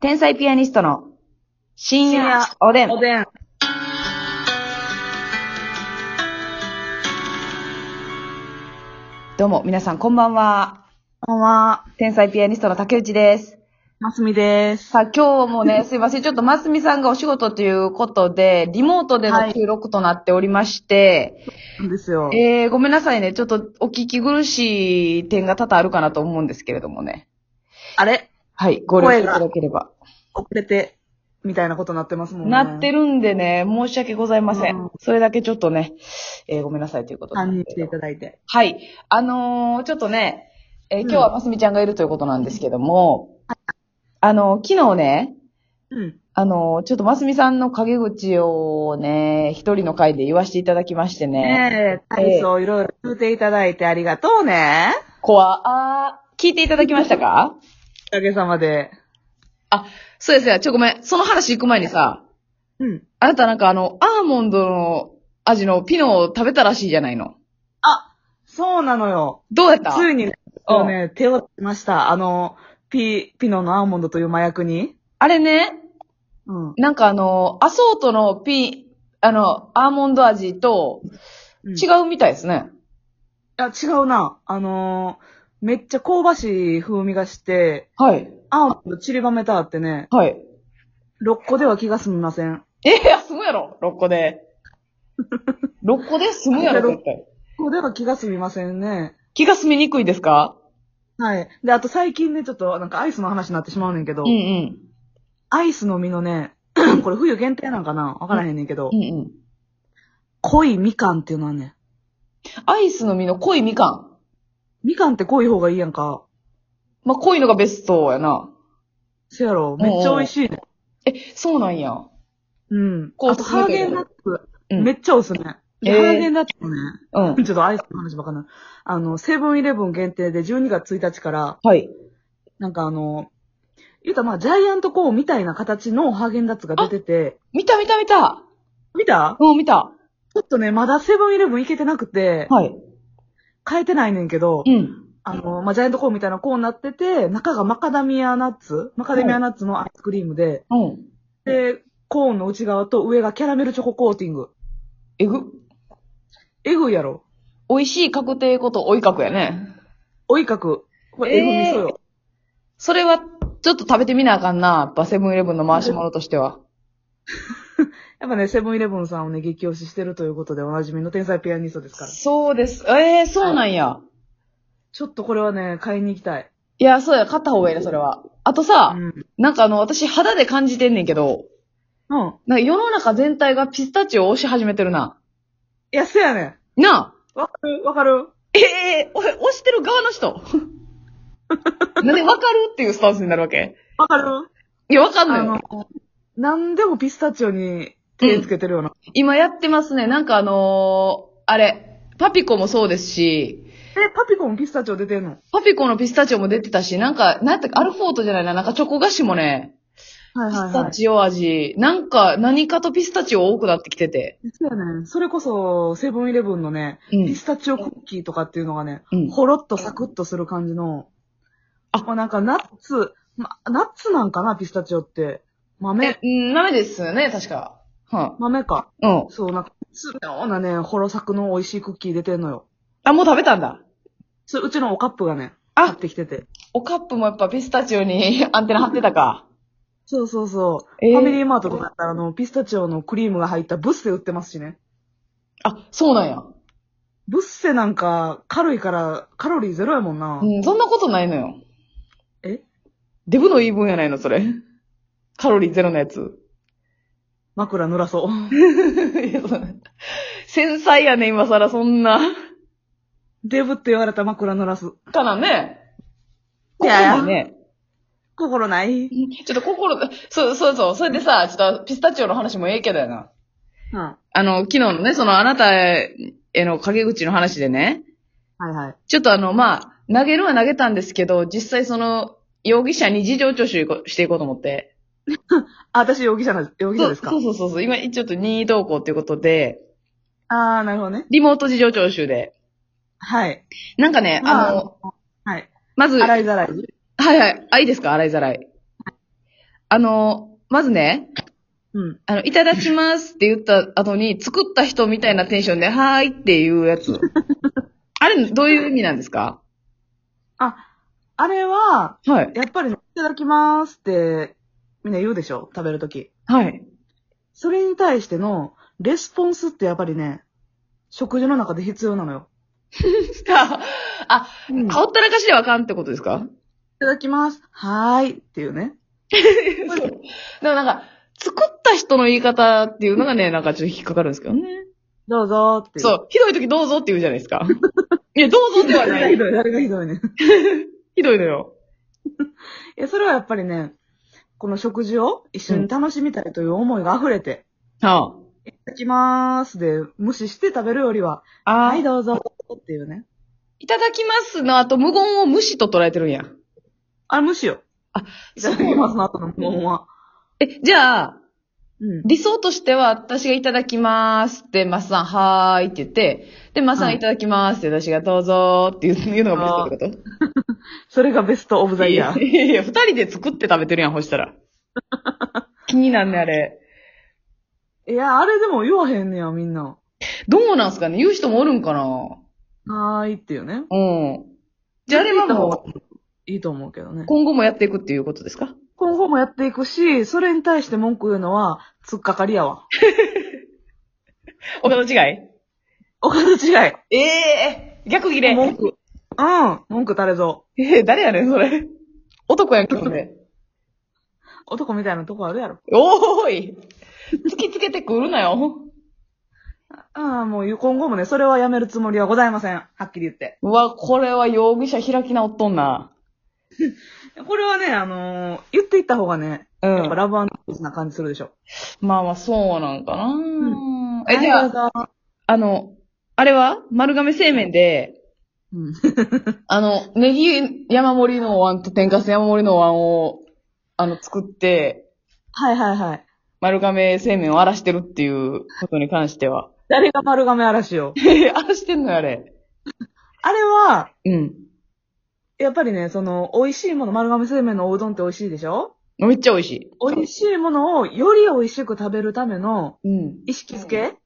天才ピアニストの深夜おでん。 おでん。 どうも皆さんこんばんは。 こんばんは。 天才ピアニストの竹内です。 ますみです。 さあ今日もね、すいません。ちょっとますみさんがお仕事ということで、リモートでの収録となっておりまして、 なんですよ。 ごめんなさいね。ちょっとお聞き苦しい点が多々あるかなと思うんですけれどもね。 あれはい、ご了承いただければ。 遅れて、みたいなことになってますもんね。 なってるんでね、申し訳ございません。 うんそれだけちょっとね、ごめんなさいということで。 堪忍していただいて。 はい。ちょっとね、今日はますみちゃんがいるということなんですけども、昨日ね、 うん。 ちょっとますみさんの陰口をね、一人の回で言わせていただきましてね。 ねえ、体操いろいろ言っていただいてありがとうね。 聞いていただきましたか？ おかげさまで。 あ、そうですよ。ごめん。その話行く前にさ、 うん。 あなたなんかアーモンドの味のピノを食べたらしいじゃないの。 あ、そうなのよ。 どうやった？ ついにね、手をつけました。ピノのアーモンドという麻薬に。 あれね、 うん。 なんかアソートのアーモンド味と違うみたいですね。 いや、違うな。めっちゃ香ばしい風味がして、 はい。 アーモンド散りばめたあってね、 はい。 6個では気が済みません。 済むやろ ?6 個で。6個で済むやろ絶対。 6個では気が済みませんね。 気が済みにくいですか？ はい。で、あと最近ね、ちょっとなんかアイスの話になってしまうねんけど、 うんうん。 アイスの実のね、これ冬限定なんかなわからへんねんけど、 うんうん。 濃いみかんっていうのはね、 アイスの実の濃いみかん。 みかんって濃い方がいいやんか。 まあ、濃いのがベストやな。 せやろ、めっちゃ美味しいね。 そうなんや。 うん。 こうあとハーゲンダッツ、 うんめっちゃおすすめ。でハーゲンダッツもね、 うん。 ちょっとアイスの話ばっかな。セブンイレブン限定で12月1日から、 はい。 なんか言うたらまあ、ジャイアントコーンみたいな形のハーゲンダッツが出てて、 見た。 見た見た。 ちょっとね、まだセブンイレブン行けてなくて、 はい。 変えてないねんけど、 うん。 まあ、ジャイアントコーンみたいなコーンになってて、中がマカダミアナッツのアイスクリームで、 うん。 で、コーンの内側と上がキャラメルチョココーティング。 えぐ。 えぐいやろ。 美味しい確定こと追い角やね。 おいかく。これ、えぐみそよ。 それは、ちょっと食べてみなあかんな。やっぱセブンイレブンの回し物としては。 やっぱね、セブンイレブンさんをね、激推ししてるということでおなじみの天才ピアニストですから。 そうです。そうなんや。 ちょっとこれはね、買いに行きたい。 いや、そうや、買った方がいいな、それは。あとさ、 うん。 なんか私肌で感じてんねんけど、 うん。 なんか世の中全体がピスタチオを推し始めてるな。 いや、せやねなあ。 ん。わかる推してる側の人。なんでわかるっていうスタンスになるわけ？ わかるいや、わかんないよ。 なんでもピスタチオに手つけてるよな。 今やってますね。なんかあれ、パピコもそうですし、 パピコもピスタチオ出てんの？ パピコのピスタチオも出てたし、なんか、なんやったっけ、アルフォートじゃないな、なんかチョコ菓子もね、ピはいはいはい。 スタチオ味、なんか何かとピスタチオ多くなってきてて。 そうやね。それこそ、セブンイレブンのね、 うんピスタチオクッキーとかっていうのがね、 うんほろっとサクッとする感じの、まあ、なんかナッツなんかな、ピスタチオって。豆ですよね、確か。 豆か。 うん。 そう、なんか、素妙なね、ほろサクの美味しいクッキー出てんのよ。 あ、もう食べたんだ。 それ、うちのおカップがね、 あ買ってきてて。 おカップもやっぱピスタチオにアンテナ張ってたか。 そうそうそう。 フファミリーマートとかだったら、ピスタチオのクリームが入ったブッセ売ってますしね。 あ、そうなんや。 ブッセなんか、軽いから、カロリーゼロやもんな。 そんなことないのよ。 えデブの言い分やないの、それ。カロリーゼロのやつ。 枕濡らそう。 いや繊細やね、今更そんな。 デブって言われた枕濡らす。 かなね。 いやいや心ないね。 心ない。 ちょっとそう。それでさ、ちょっとピスタチオの話もええけどやな。 うん。は昨日のね、そのあなたへの陰口の話でね、 いはい。 ちょっとまあ、投げるは投げたんですけど、実際その、容疑者に事情聴取していこうと思って。 あ、私容疑者ですか？ そう。今、ちょっと任意同行ということで、 あー、なるほどね。 リモート事情聴取で。 はい。 なんかね、 まあはい。 まず、 洗いざらい。 はい。いいですか？洗いざらい。 まずね、 うん。 いただきますって言った後に、作った人みたいなテンションで、はーいっていうやつ。あれ、どういう意味なんですか？ あ、あれは、 はい。 やっぱりね、いただきますって、みんな言うでしょ食べるとき。 はい。 それに対しての、レスポンスってやっぱりね、食事の中で必要なのよ。 あ、 うん。い顔ったらかしではあかんってことですか？ ただきます。はーいっていうね。 そう。でもなんか、作った人の言い方っていうのがね、なんかちょっと引っかかるんですけどね。 どうぞーっていう。 そう。ひどい時どうぞって言うじゃないですか。いや、どうぞではない。 誰がひどい、誰がひどいね。 ひどいのよ。 いや、それはやっぱりね、この食事を一緒に楽しみたいという思いが溢れて、 はあ。 いただきまーすで無視して食べるよりは、 あー、 はいどうぞっていうね。 いただきますの後、無言を無視と捉えてるんや。 あれ無視よ。 あ、 いただきますの後のもんは。 じゃあ、 うん。 理想としては、私がいただきますって、マスさん、はーいって言って、で、マスさはいんいただきますって、私がどうぞーっていうのがベストってこと？ それがベストオブザイいやヤー。 いやいや、二人で作って食べてるやん、ほしたら。気になんね、あれ。 いや、あれでも言わへんねや、みんな。 どうなんすかね？言う人もおるんかな？ はーいっていうね。 うん。じゃあ、あれはもう、 いいと思うけどね。 今後もやっていくっていうことですか？ 今後もやっていくし、それに対して文句言うのは、突っかかりやわ。 お門違い？ お門違い。 ええー、逆切れ。 文句。うん。文句垂れぞ。 誰やねん、それ。男やんけ、それ。 男みたいなとこあるやろ。 おーい。突きつけてくるなよ。 ああ、もう今後もね、それはやめるつもりはございません。はっきり言って。 うわ、これは容疑者開き直っとんな。 これはね、言っていった方がね、 うやっぱん。 ラブピースな感じするでしょ。 まあまあ、そうなんかな。じゃはい、どうあ、 ぞ。 あれは丸亀製麺で、 うん。 ネギ山盛りのお椀と天かす山盛りのお椀を、作って、 はいはいはい。 丸亀製麺を荒らしてるっていうことに関しては。 誰が丸亀嵐を。 荒らしてんのよ、あれ。 あれは、 うん。 やっぱりね、美味しいもの、丸亀製麺のおうどんって美味しいでしょ？ めっちゃ美味しい。 美味しいものをより美味しく食べるためのうん。 意識づけ、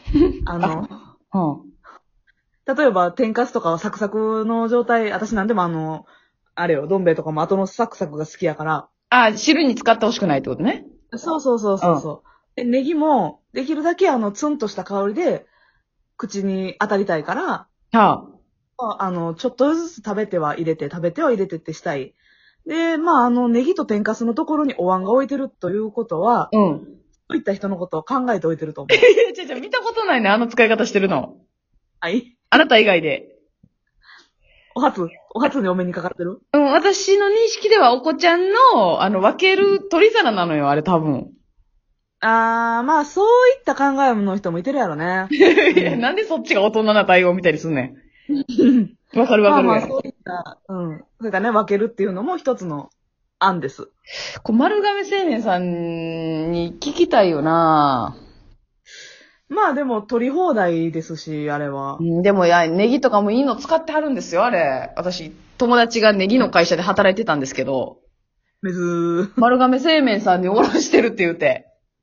は例えば天かすとかはサクサクの状態、私なんでもあれよ、どん兵衛とかも後のサクサクが好きやから。 あ、汁に使ってほしくないってことね。 そうそうそうそうそう。でネギも、できるだけツンとした香りで、口に当たりたいから、 はちょっとずつ食べては入れて、食べては入れてってしたい。で、まあ、ネギと天かすのところにお椀が置いてるということは、 うん。 そういった人のことを考えておいてると思う。 いや、違う違う、見たことないね、あの使い方してるの。 はい。 あなた以外で。 お初にお目にかかってる？ うん、私の認識ではお子ちゃんの、分ける取り皿なのよ、あれ多分。 まあ、そういった考えの人もいてるやろね。 いや、なんでそっちが大人な対応みたいにすんねん。わかるわかる。 まあまあ、そういった、それからね、分けるっていうのも一つの案です。 丸亀製麺さんに聞きたいよな。 まあでも、取り放題ですし、あれは。 でも、いや、ネギとかもいいの使ってはるんですよ、あれ。私、友達がネギの会社で働いてたんですけど、丸亀製麺さんにおろしてるって言うて。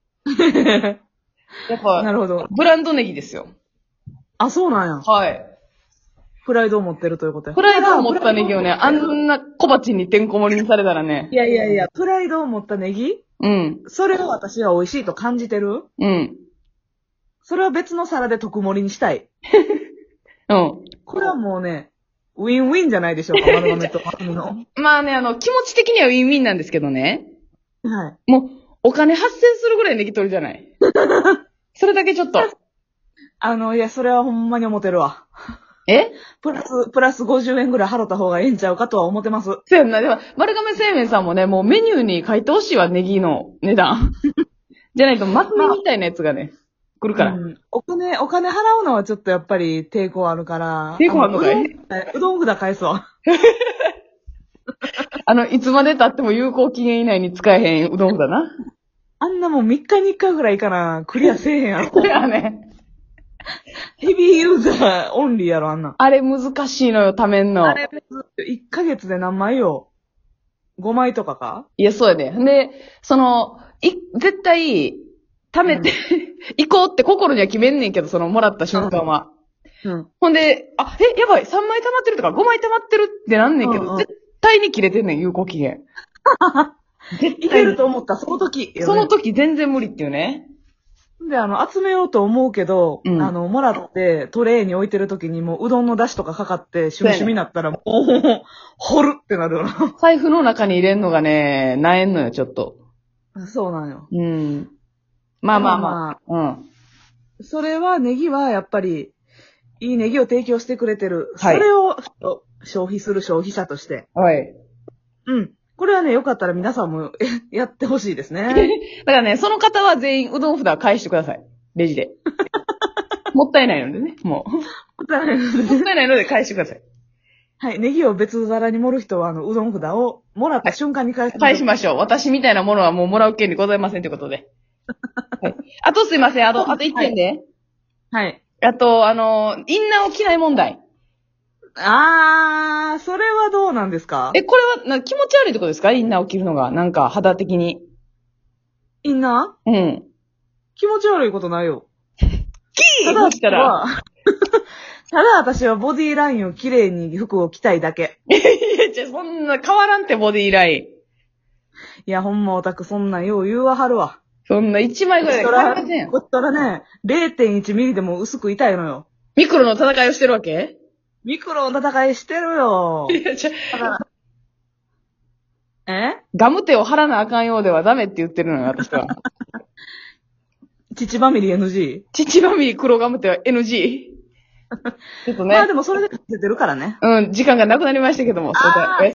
やっぱ、 なるほど。 ブランドネギですよ。 あ、そうなんや。 はい。 プライドを持ってるということや。 プライドを持ったネギをね、あんな小鉢にてんこ盛りにされたらね。 いやいやいや、プライドを持ったネギうん。 それを私は美味しいと感じてる？ うん。 それは別の皿で特盛りにしたい。 うん。 これはもうね、ウィンウィンじゃないでしょうか、丸亀と丸亀の。 まあね、気持ち的にはウィンウィンなんですけどね。 はい。 もう、お金発生するぐらいネギ取りじゃない。それだけちょっと。 いや、それはほんまに思ってるわ。 えプラス50円ぐらい払った方がええんちゃうかとは思ってます。 そうやんな。でも、丸亀製麺さんもね、もうメニューに書いてほしいわ、ネギの値段。じゃないと、マスミみたいなやつがね、来るから。 お金払うのはちょっとやっぱり抵抗あるから。 抵抗あるのかい？ うどん札返すわ。 いつまで経っても有効期限以内に使えへんうどんだな。 あんなもん3日に1回ぐらいかな。クリアせえへんやろ。 それはね。 ヘビーユーザーオンリーやろ、あんなん。 あれ難しいのよ、ためんの。 あれ、1ヶ月で何枚よ。 5枚とかか？ いや、そうやね。で、絶対、貯めて、行こうって心には決めんねんけど、もらった瞬間は。 うん。 ほんで、やばい、3枚溜まってるとか、5枚溜まってるってなんねんけど、絶対に切れてんねん、有効期限。 いけると思った、その時。 その時全然無理っていうね。 で、集めようと思うけど、 うんもらってトレーに置いてる時にもううどんの出汁とかかかって、しゅみしゅみになったらもう、掘るってなるよな。 財布の中に入れんのがね、なえんのよ、ちょっと。 そうなんよ。 うん。まあまあまあ。うん。 それは、ネギはやっぱり、いいネギを提供してくれてる。 はい。 それを消費する消費者として。 はい。 うん。これはね、よかったら皆さんもやってほしいですね。 だからね、その方は全員うどん札返してください。レジで。もったいないのでね、もう。もったいないので返してください。 はい。ネギを別皿に盛る人は、うどん札をもらった瞬間に返しましょう。私みたいなものはもうもらう権利ございませんということで。はい。あとすいません。あと1点で。 はい。 あと、インナーを着ない問題。 それはどうなんですか？ これは気持ち悪いってことですか？インナーを着るのが。なんか肌的に。 インナー？うん。 気持ち悪いことないよ。 ただしたら。 ただ私はボディラインを綺麗に服を着たいだけ。 いや、そんな変わらんってボディライン。 いや、ほんまオタクそんなんよう言うわはるわ。 そんな1枚ぐらいで変わりません。 こっちらね、0.1 ミリでも薄く痛いのよ。 ミクロの戦いをしてるわけ？ ミクロの戦いしてるよ。 いや、ガム手を貼らなあかんようではダメって言ってるのよ、私は。 乳まみり NG？ 乳まみり黒ガム手は NG？ ちょっとね。 まあでもそれで勝ててるからね。 うん、時間がなくなりましたけども、それで